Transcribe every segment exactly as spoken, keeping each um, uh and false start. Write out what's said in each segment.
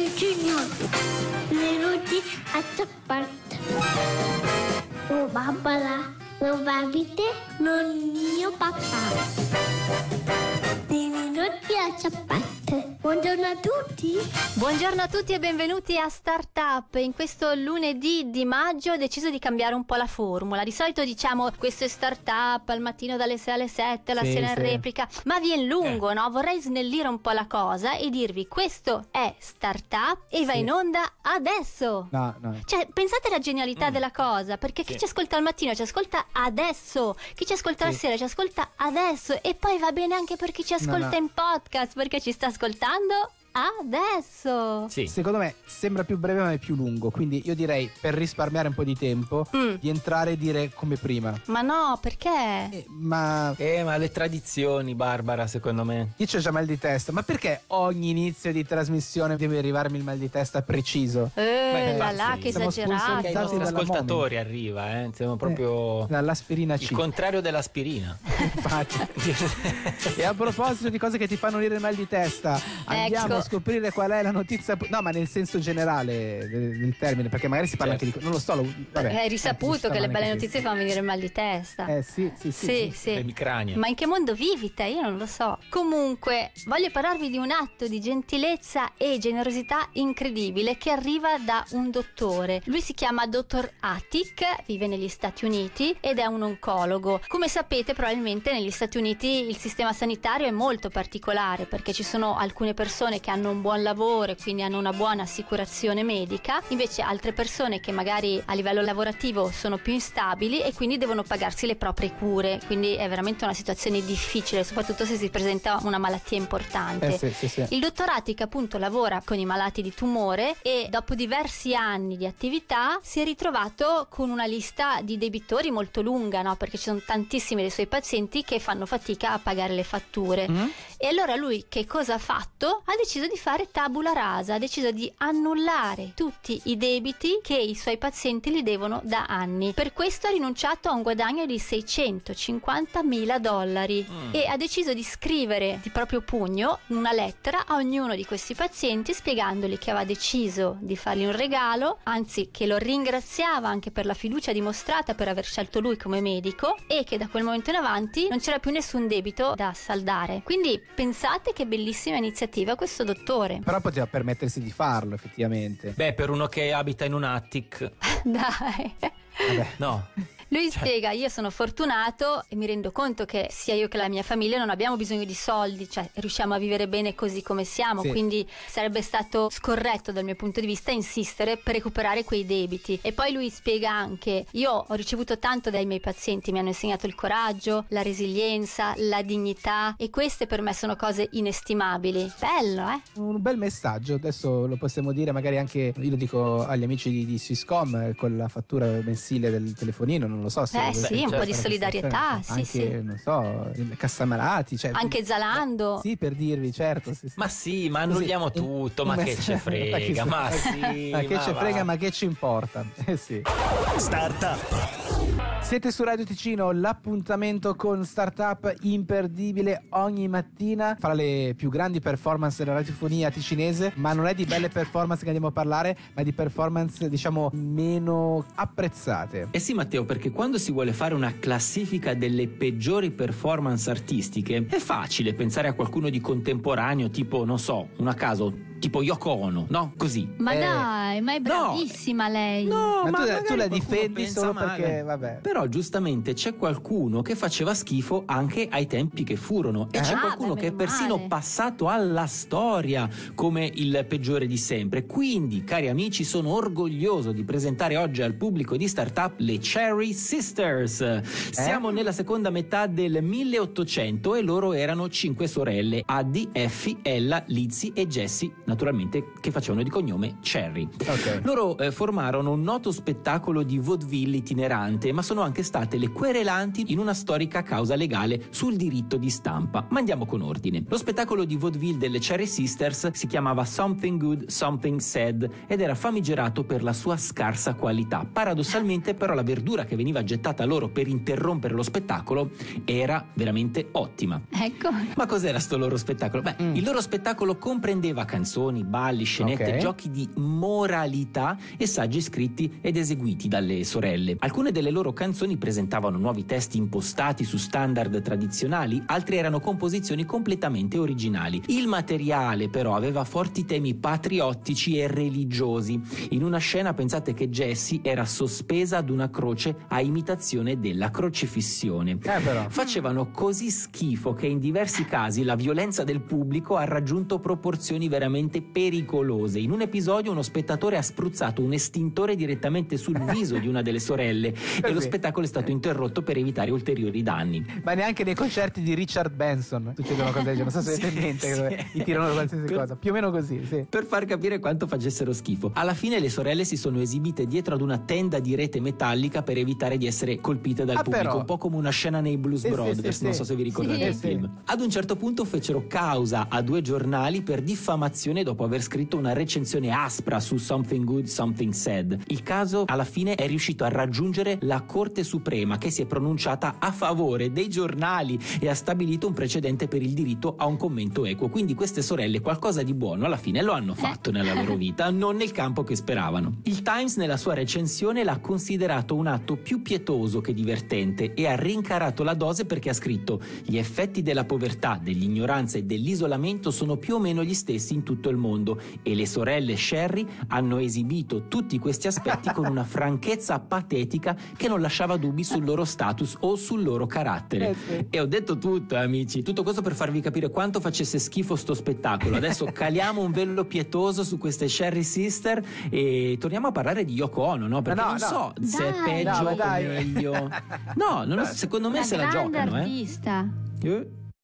Junior, benvenuti a Zapparta. Oh Barbara, non babite, non mio papà. Benvenuti a Zapparta. Buongiorno a tutti. Buongiorno a tutti e benvenuti a Startup. In questo lunedì di maggio ho deciso di cambiare un po' la formula. Di solito diciamo questo è Startup al mattino dalle sei alle sette, la sì, sera in sì. replica, ma viene lungo, eh. no? Vorrei snellire un po' la cosa e dirvi questo è Startup e va Sì. in onda adesso. No, no. Cioè, pensate alla genialità Mm. della cosa, perché chi Sì. ci ascolta al mattino ci ascolta adesso, chi ci ascolta la Sì. sera ci ascolta adesso, e poi va bene anche per chi ci ascolta No, no. in podcast, perché ci sta ascoltando adesso. Sì. Secondo me sembra più breve ma è più lungo, quindi io direi, per risparmiare un po' di tempo, Mm. di entrare e dire come prima. Ma no, perché? Eh, ma Eh, ma le tradizioni, Barbara, secondo me. io c'ho già mal di testa, ma perché ogni inizio di trasmissione deve arrivarmi il mal di testa preciso? Eh, Beh, là infatti, là, che siamo esagerato. Che ai sponsorizzati nostri dalla ascoltatori arriva, eh. Siamo proprio Dall'aspirina il C. contrario dell'aspirina. Infatti. E a proposito di cose che ti fanno venire il mal di testa, andiamo Ecco. a scoprire qual è la notizia. No, ma nel senso generale del, del termine, perché magari si parla Certo. anche di. Non lo so, lo, vabbè. Hai risaputo Eh, che le belle anche notizie fanno venire il mal di testa. Eh sì, sì, sì. Sì, sì. sì. L'emicrania. Ma in che mondo vivi te? Io non lo so. Comunque, voglio parlarvi di un atto di gentilezza e generosità incredibile che arriva da un dottore. Lui si chiama dottor Atik, vive negli Stati Uniti ed è un oncologo. Come sapete, probabilmente negli Stati Uniti il sistema sanitario è molto particolare, perché ci sono alcune persone che hanno un buon lavoro e quindi hanno una buona assicurazione medica, invece altre persone che magari a livello lavorativo sono più instabili e quindi devono pagarsi le proprie cure, quindi è veramente una situazione difficile, soprattutto se si presenta una malattia importante. Eh sì, sì, sì. Il dottor Atik appunto lavora con i malati di tumore e dopo diversi anni di attività si è ritrovato con una lista di debitori molto lunga, no? Perché ci sono tantissimi dei suoi pazienti che fanno fatica a pagare le fatture. Mm? E allora lui che cosa ha fatto? Ha deciso di fare tabula rasa, ha deciso di annullare tutti i debiti che i suoi pazienti gli devono da anni. Per questo ha rinunciato a un guadagno di seicentocinquantamila dollari Mm. e ha deciso di scrivere di proprio pugno una lettera a ognuno di questi pazienti spiegandogli che aveva deciso di fargli un regalo, anzi che lo ringraziava anche per la fiducia dimostrata per aver scelto lui come medico e che da quel momento in avanti non c'era più nessun debito da saldare. Quindi pensate che bellissima iniziativa questo dottore. Però poteva permettersi di farlo, effettivamente. Beh, per uno che abita in un attic. Dai. Vabbè. No. Lui spiega: io sono fortunato e mi rendo conto che sia io che la mia famiglia non abbiamo bisogno di soldi, cioè riusciamo a vivere bene così come siamo, Sì. quindi sarebbe stato scorretto dal mio punto di vista insistere per recuperare quei debiti. E poi lui spiega anche: io ho ricevuto tanto dai miei pazienti, mi hanno insegnato il coraggio, la resilienza, la dignità, e queste per me sono cose inestimabili. Bello, eh? Un bel messaggio, adesso lo possiamo dire magari anche, io lo dico agli amici di, di Swisscom, eh, con la fattura mensile del telefonino, non lo so se Eh sì, un certo, po' di solidarietà, sì, anche, sì. non so, il cassamalati, cioè, Anche Zalando. sì, per dirvi, certo, sì, sì. Ma sì, ma Così, annulliamo un- tutto, un ma che messaggio- ce frega, ma ma chi se- sì. ma che ce va. frega, ma che ci importa? Eh sì. Startup. Siete su Radio Ticino, l'appuntamento con Startup imperdibile ogni mattina, fra le più grandi performance della radiofonia ticinese, ma non è di belle performance che andiamo a parlare, ma di performance diciamo meno apprezzate. Eh sì, Matteo, perché quando si vuole fare una classifica delle peggiori performance artistiche è facile pensare a qualcuno di contemporaneo, tipo, non so, un a caso, tipo Yoko Ono, no? Così. Ma Eh. dai, ma è bravissima lei. No, Ma tu- tu magari la qualcuno difendi pensa solo male. perché, vabbè. Però giustamente c'è qualcuno che faceva schifo anche ai tempi che furono e c'è Ah, qualcuno beh, che è meno persino male. passato alla storia come il peggiore di sempre. Quindi, cari amici, sono orgoglioso di presentare oggi al pubblico di Startup le Cherry Sisters. Siamo nella seconda metà del milleottocento e loro erano cinque sorelle: Addie, Effie, Ella, Lizzie e Jessie, naturalmente che facevano di cognome Cherry. Ok. Loro eh, formarono un noto spettacolo di vaudeville itinerante, ma sono anche state le querelanti in una storica causa legale sul diritto di stampa. Ma andiamo con ordine. Lo spettacolo di vaudeville delle Cherry Sisters si chiamava Something Good, Something Sad ed era famigerato per la sua scarsa qualità. Paradossalmente, però, la verdura che veniva gettata loro per interrompere lo spettacolo era veramente ottima. Ecco. Ma cos'era sto loro spettacolo? Beh, Mm. il loro spettacolo comprendeva canzoni, canzoni, balli, scenette, Ok. giochi di moralità e saggi scritti ed eseguiti dalle sorelle. Alcune delle loro canzoni presentavano nuovi testi impostati su standard tradizionali, altre erano composizioni completamente originali. Il materiale però aveva forti temi patriottici e religiosi. In una scena pensate che Jessie era sospesa ad una croce a imitazione della crocifissione. Eh, però. Facevano così schifo che in diversi casi la violenza del pubblico ha raggiunto proporzioni veramente pericolose. In un episodio uno spettatore ha spruzzato un estintore direttamente sul viso di una delle sorelle e lo Sì. spettacolo è stato interrotto per evitare ulteriori danni. Ma neanche nei concerti di Richard Benson succedono cose del genere. Non so se avete in mente, Sì, dove sì. gli tirano qualsiasi Per- cosa. Più o meno così, sì. Per far capire quanto facessero schifo. Alla fine le sorelle si sono esibite dietro ad una tenda di rete metallica per evitare di essere colpite dal Ah, pubblico, però. un po' come una scena nei Blues Sì, sì, Brothers, sì, non sì. so se vi ricordate Sì. il Sì. film. Ad un certo punto fecero causa a due giornali per diffamazione dopo aver scritto una recensione aspra su Something Good, Something Sad. Il caso alla fine è riuscito a raggiungere la Corte Suprema, che si è pronunciata a favore dei giornali e ha stabilito un precedente per il diritto a un commento equo. Quindi queste sorelle qualcosa di buono alla fine lo hanno fatto nella loro vita, non nel campo che speravano. Il Times nella sua recensione l'ha considerato un atto più pietoso che divertente e ha rincarato la dose perché ha scritto: gli effetti della povertà, dell'ignoranza e dell'isolamento sono più o meno gli stessi in tutto il mondo e le sorelle Sherry hanno esibito tutti questi aspetti con una franchezza patetica che non lasciava dubbi sul loro status o sul loro carattere. Eh sì. E ho detto tutto, eh, amici, tutto questo per farvi capire quanto facesse schifo sto spettacolo. Adesso caliamo un velo pietoso su queste Sherry Sister e torniamo a parlare di Yoko Ono, no? Perché No, non no. so se è Dai. peggio No, ma o dai. meglio. No, non lo so, secondo me Una se la grande giocano, eh. artista. Eh.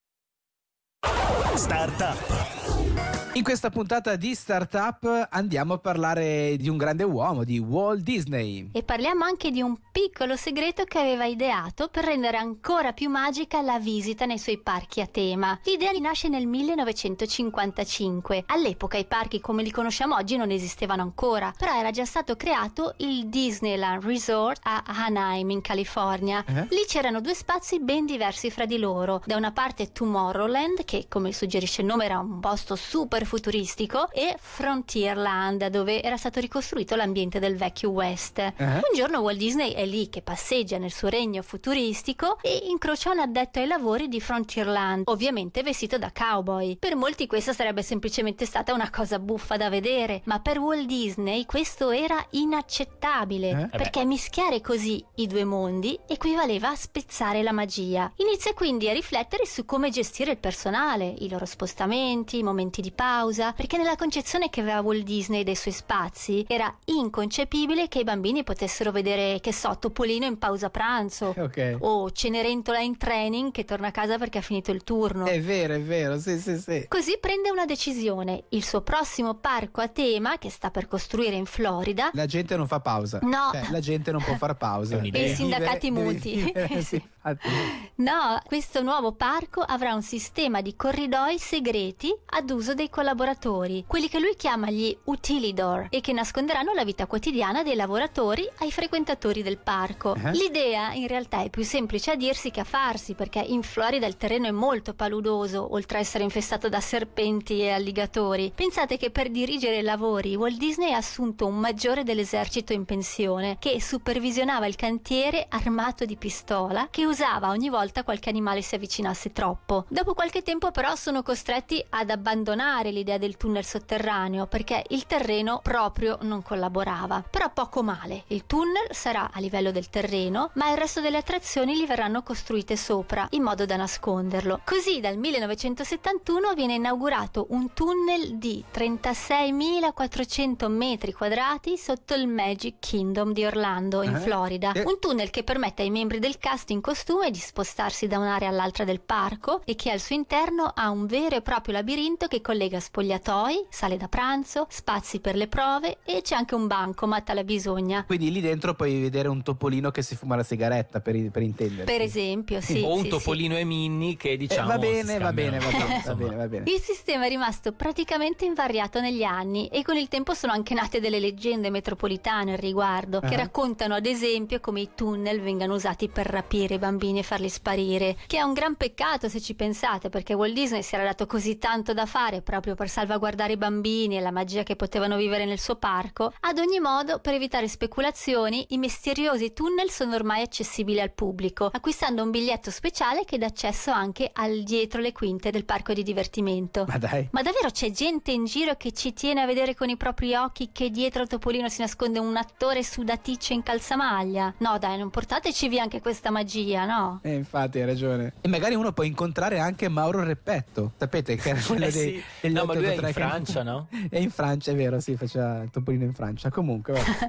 Startup. In questa puntata di Startup andiamo a parlare di un grande uomo, di Walt Disney. E parliamo anche di un piccolo segreto che aveva ideato per rendere ancora più magica la visita nei suoi parchi a tema. L'idea nasce nel millenovecentocinquantacinque. All'epoca i parchi come li conosciamo oggi non esistevano ancora, però era già stato creato il Disneyland Resort a Anaheim in California. Eh? Lì c'erano due spazi ben diversi fra di loro. Da una parte Tomorrowland, che come suggerisce il nome era un posto super futuristico, e Frontierland, dove era stato ricostruito l'ambiente del vecchio West. Eh? Un giorno Walt Disney è lì che passeggia nel suo regno futuristico e incrocia un addetto ai lavori di Frontierland, ovviamente vestito da cowboy. Per molti questa sarebbe semplicemente stata una cosa buffa da vedere, ma per Walt Disney questo era inaccettabile, Eh? perché mischiare così i due mondi equivaleva a spezzare la magia. Inizia quindi a riflettere su come gestire il personale, i loro spostamenti, i momenti di pausa, perché nella concezione che aveva Walt Disney dei suoi spazi era inconcepibile che i bambini potessero vedere, che so, Topolino in pausa pranzo Ok. o Cenerentola in training che torna a casa perché ha finito il turno. È vero, è vero, sì, sì, sì. Così prende una decisione: il suo prossimo parco a tema, che sta per costruire in Florida, La gente non fa pausa. No. Cioè, la gente non può far pausa. È un'idea. E i sindacati Devi muti. vivere, sì, infatti. no, questo nuovo parco avrà un sistema di corridoi segreti ad uso dei collaboratori, quelli che lui chiama gli utilidor, e che nasconderanno la vita quotidiana dei lavoratori ai frequentatori del parco. Eh? L'idea in realtà è più semplice a dirsi che a farsi, perché in Florida il terreno è molto paludoso, oltre a essere infestato da serpenti e alligatori. Pensate che per dirigere i lavori Walt Disney ha assunto un maggiore dell'esercito in pensione, che supervisionava il cantiere armato di pistola, che usava ogni volta qualche animale si avvicinasse troppo. Dopo qualche tempo però sono costretti ad abbandonare l'idea del tunnel sotterraneo, perché il terreno proprio non collaborava. Però poco male, il tunnel sarà a livello del terreno, ma il resto delle attrazioni gli verranno costruite sopra, in modo da nasconderlo. Così dal millenovecentosettantuno viene inaugurato un tunnel di trentaseimilaquattrocento metri quadrati sotto il Magic Kingdom di Orlando, in Eh? Florida. Eh. Un tunnel che permette ai membri del cast in costume di spostarsi da un'area all'altra del parco e che al suo interno ha un vero e proprio labirinto che collega spogliatoi, sale da pranzo, spazi per le prove, e c'è anche un bancomat alla bisogna. Quindi lì dentro puoi vedere un topolino che si fuma la sigaretta, per, per intendersi. Per esempio, sì. o un sì, Topolino e Minnie che Eh, diciamo va si bene, va bene, va scambiano. bene, va Insomma. bene, va bene. sì. Il sistema è rimasto praticamente invariato negli anni e con il tempo sono anche nate delle leggende metropolitane al riguardo, che Ah. raccontano ad esempio come i tunnel vengano usati per rapire i bambini bambini e farli sparire, che è un gran peccato se ci pensate, perché Walt Disney si era dato così tanto da fare proprio per salvaguardare i bambini e la magia che potevano vivere nel suo parco. Ad ogni modo, per evitare speculazioni, i misteriosi tunnel sono ormai accessibili al pubblico, acquistando un biglietto speciale che dà accesso anche al dietro le quinte del parco di divertimento. Ma dai. Ma davvero c'è gente in giro che ci tiene a vedere con i propri occhi che dietro a Topolino si nasconde un attore sudaticcio in calzamaglia? No dai, non portateci via anche questa magia, no? Eh, infatti hai ragione. E magari uno può incontrare anche Mauro Reppetto. Sapete che era quello Eh dei, sì. degli No, ma lui è in otto otto tre che- Francia, no? È in Francia, è vero, sì, faceva il Topolino in Francia. Comunque, vabbè.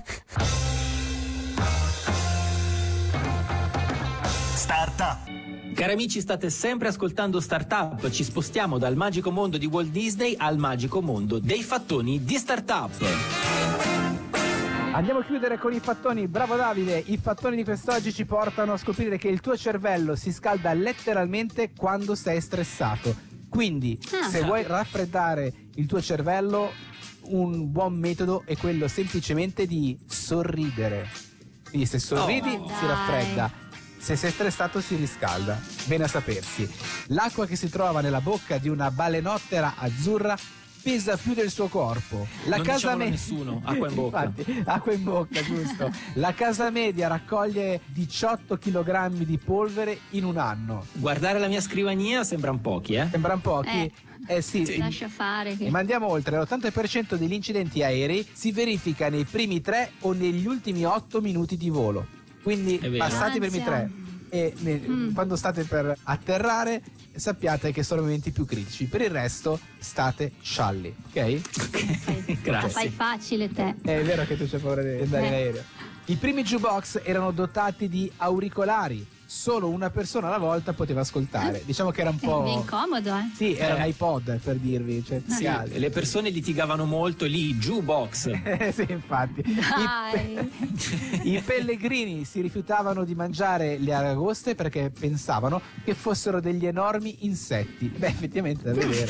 Startup. Cari amici, state sempre ascoltando Startup. Ci spostiamo dal magico mondo di Walt Disney al magico mondo dei fattoni di Startup. Andiamo a chiudere con i fattoni. Bravo Davide, i fattoni di quest'oggi ci portano a scoprire che il tuo cervello si scalda letteralmente quando sei stressato. Quindi, Ah. se vuoi raffreddare il tuo cervello, un buon metodo è quello semplicemente di sorridere. Quindi se sorridi Oh, si dai. raffredda. Se sei stressato si riscalda, bene a sapersi. L'acqua che si trova nella bocca di una balenottera azzurra pesa più del suo corpo. La Non casa diciamolo a me- nessuno, acqua in bocca. Infatti, acqua in bocca, giusto. La casa media raccoglie diciotto chilogrammi di polvere in un anno. Guardare la mia scrivania sembrano pochi, eh? Sembrano pochi? Eh. Eh sì, Sì. Lascia fare che... e ma andiamo oltre, l'ottanta per cento degli incidenti aerei si verifica nei primi tre o negli ultimi otto minuti di volo. Quindi È vero. passati i primi Ansia. tre e ne- Mm. quando state per atterrare sappiate che sono i momenti più critici. Per il resto state scialli, ok? Fai, Grazie. fai facile te. È vero che tu c'hai paura di andare in Eh. aereo. I primi jukebox erano dotati di auricolari. Solo una persona alla volta poteva ascoltare. Diciamo che era un È po'... ben comodo, eh? Sì, era un Eh. iPod per dirvi. Cioè, Sì, casi. le persone litigavano molto lì, jukebox. Eh, sì, infatti. I, Dai. I pellegrini si rifiutavano di mangiare le aragoste perché pensavano che fossero degli enormi insetti. Beh, effettivamente da vedere.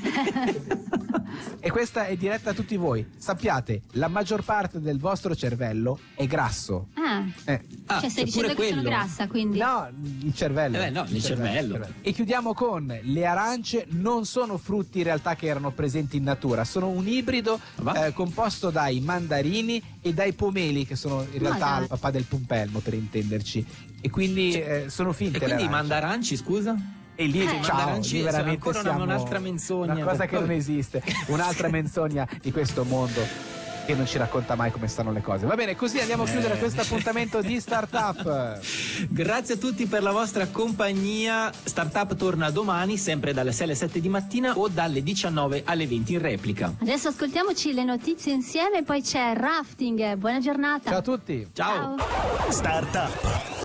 E questa è diretta a tutti voi. Sappiate, la maggior parte del vostro cervello è grasso. Ah, Eh. Ah, cioè stai c'è dicendo pure che sono quello. grassa, quindi... No, il cervello. Eh beh, no, il cervello. E chiudiamo con le arance non sono frutti in realtà che erano presenti in natura, sono un ibrido Va? eh, composto dai mandarini e dai pomeli che sono in Ma realtà dai. il papà del pompelmo per intenderci. E quindi eh, sono finte E quindi i le arance. mandaranci, scusa? E lì, Eh. ciao, Mandaranci lì sono veramente ancora una- siamo un'altra menzogna. una cosa che non Vabbè. esiste, un'altra menzogna di questo mondo che non ci racconta mai come stanno le cose. Va bene, così andiamo a chiudere Eh. questo appuntamento di Startup. Grazie a tutti per la vostra compagnia. Startup torna domani, sempre dalle sei alle sette di mattina o dalle diciannove alle venti in replica. Adesso ascoltiamoci le notizie insieme, poi c'è rafting. Buona giornata. Ciao a tutti. Ciao. Ciao. Startup.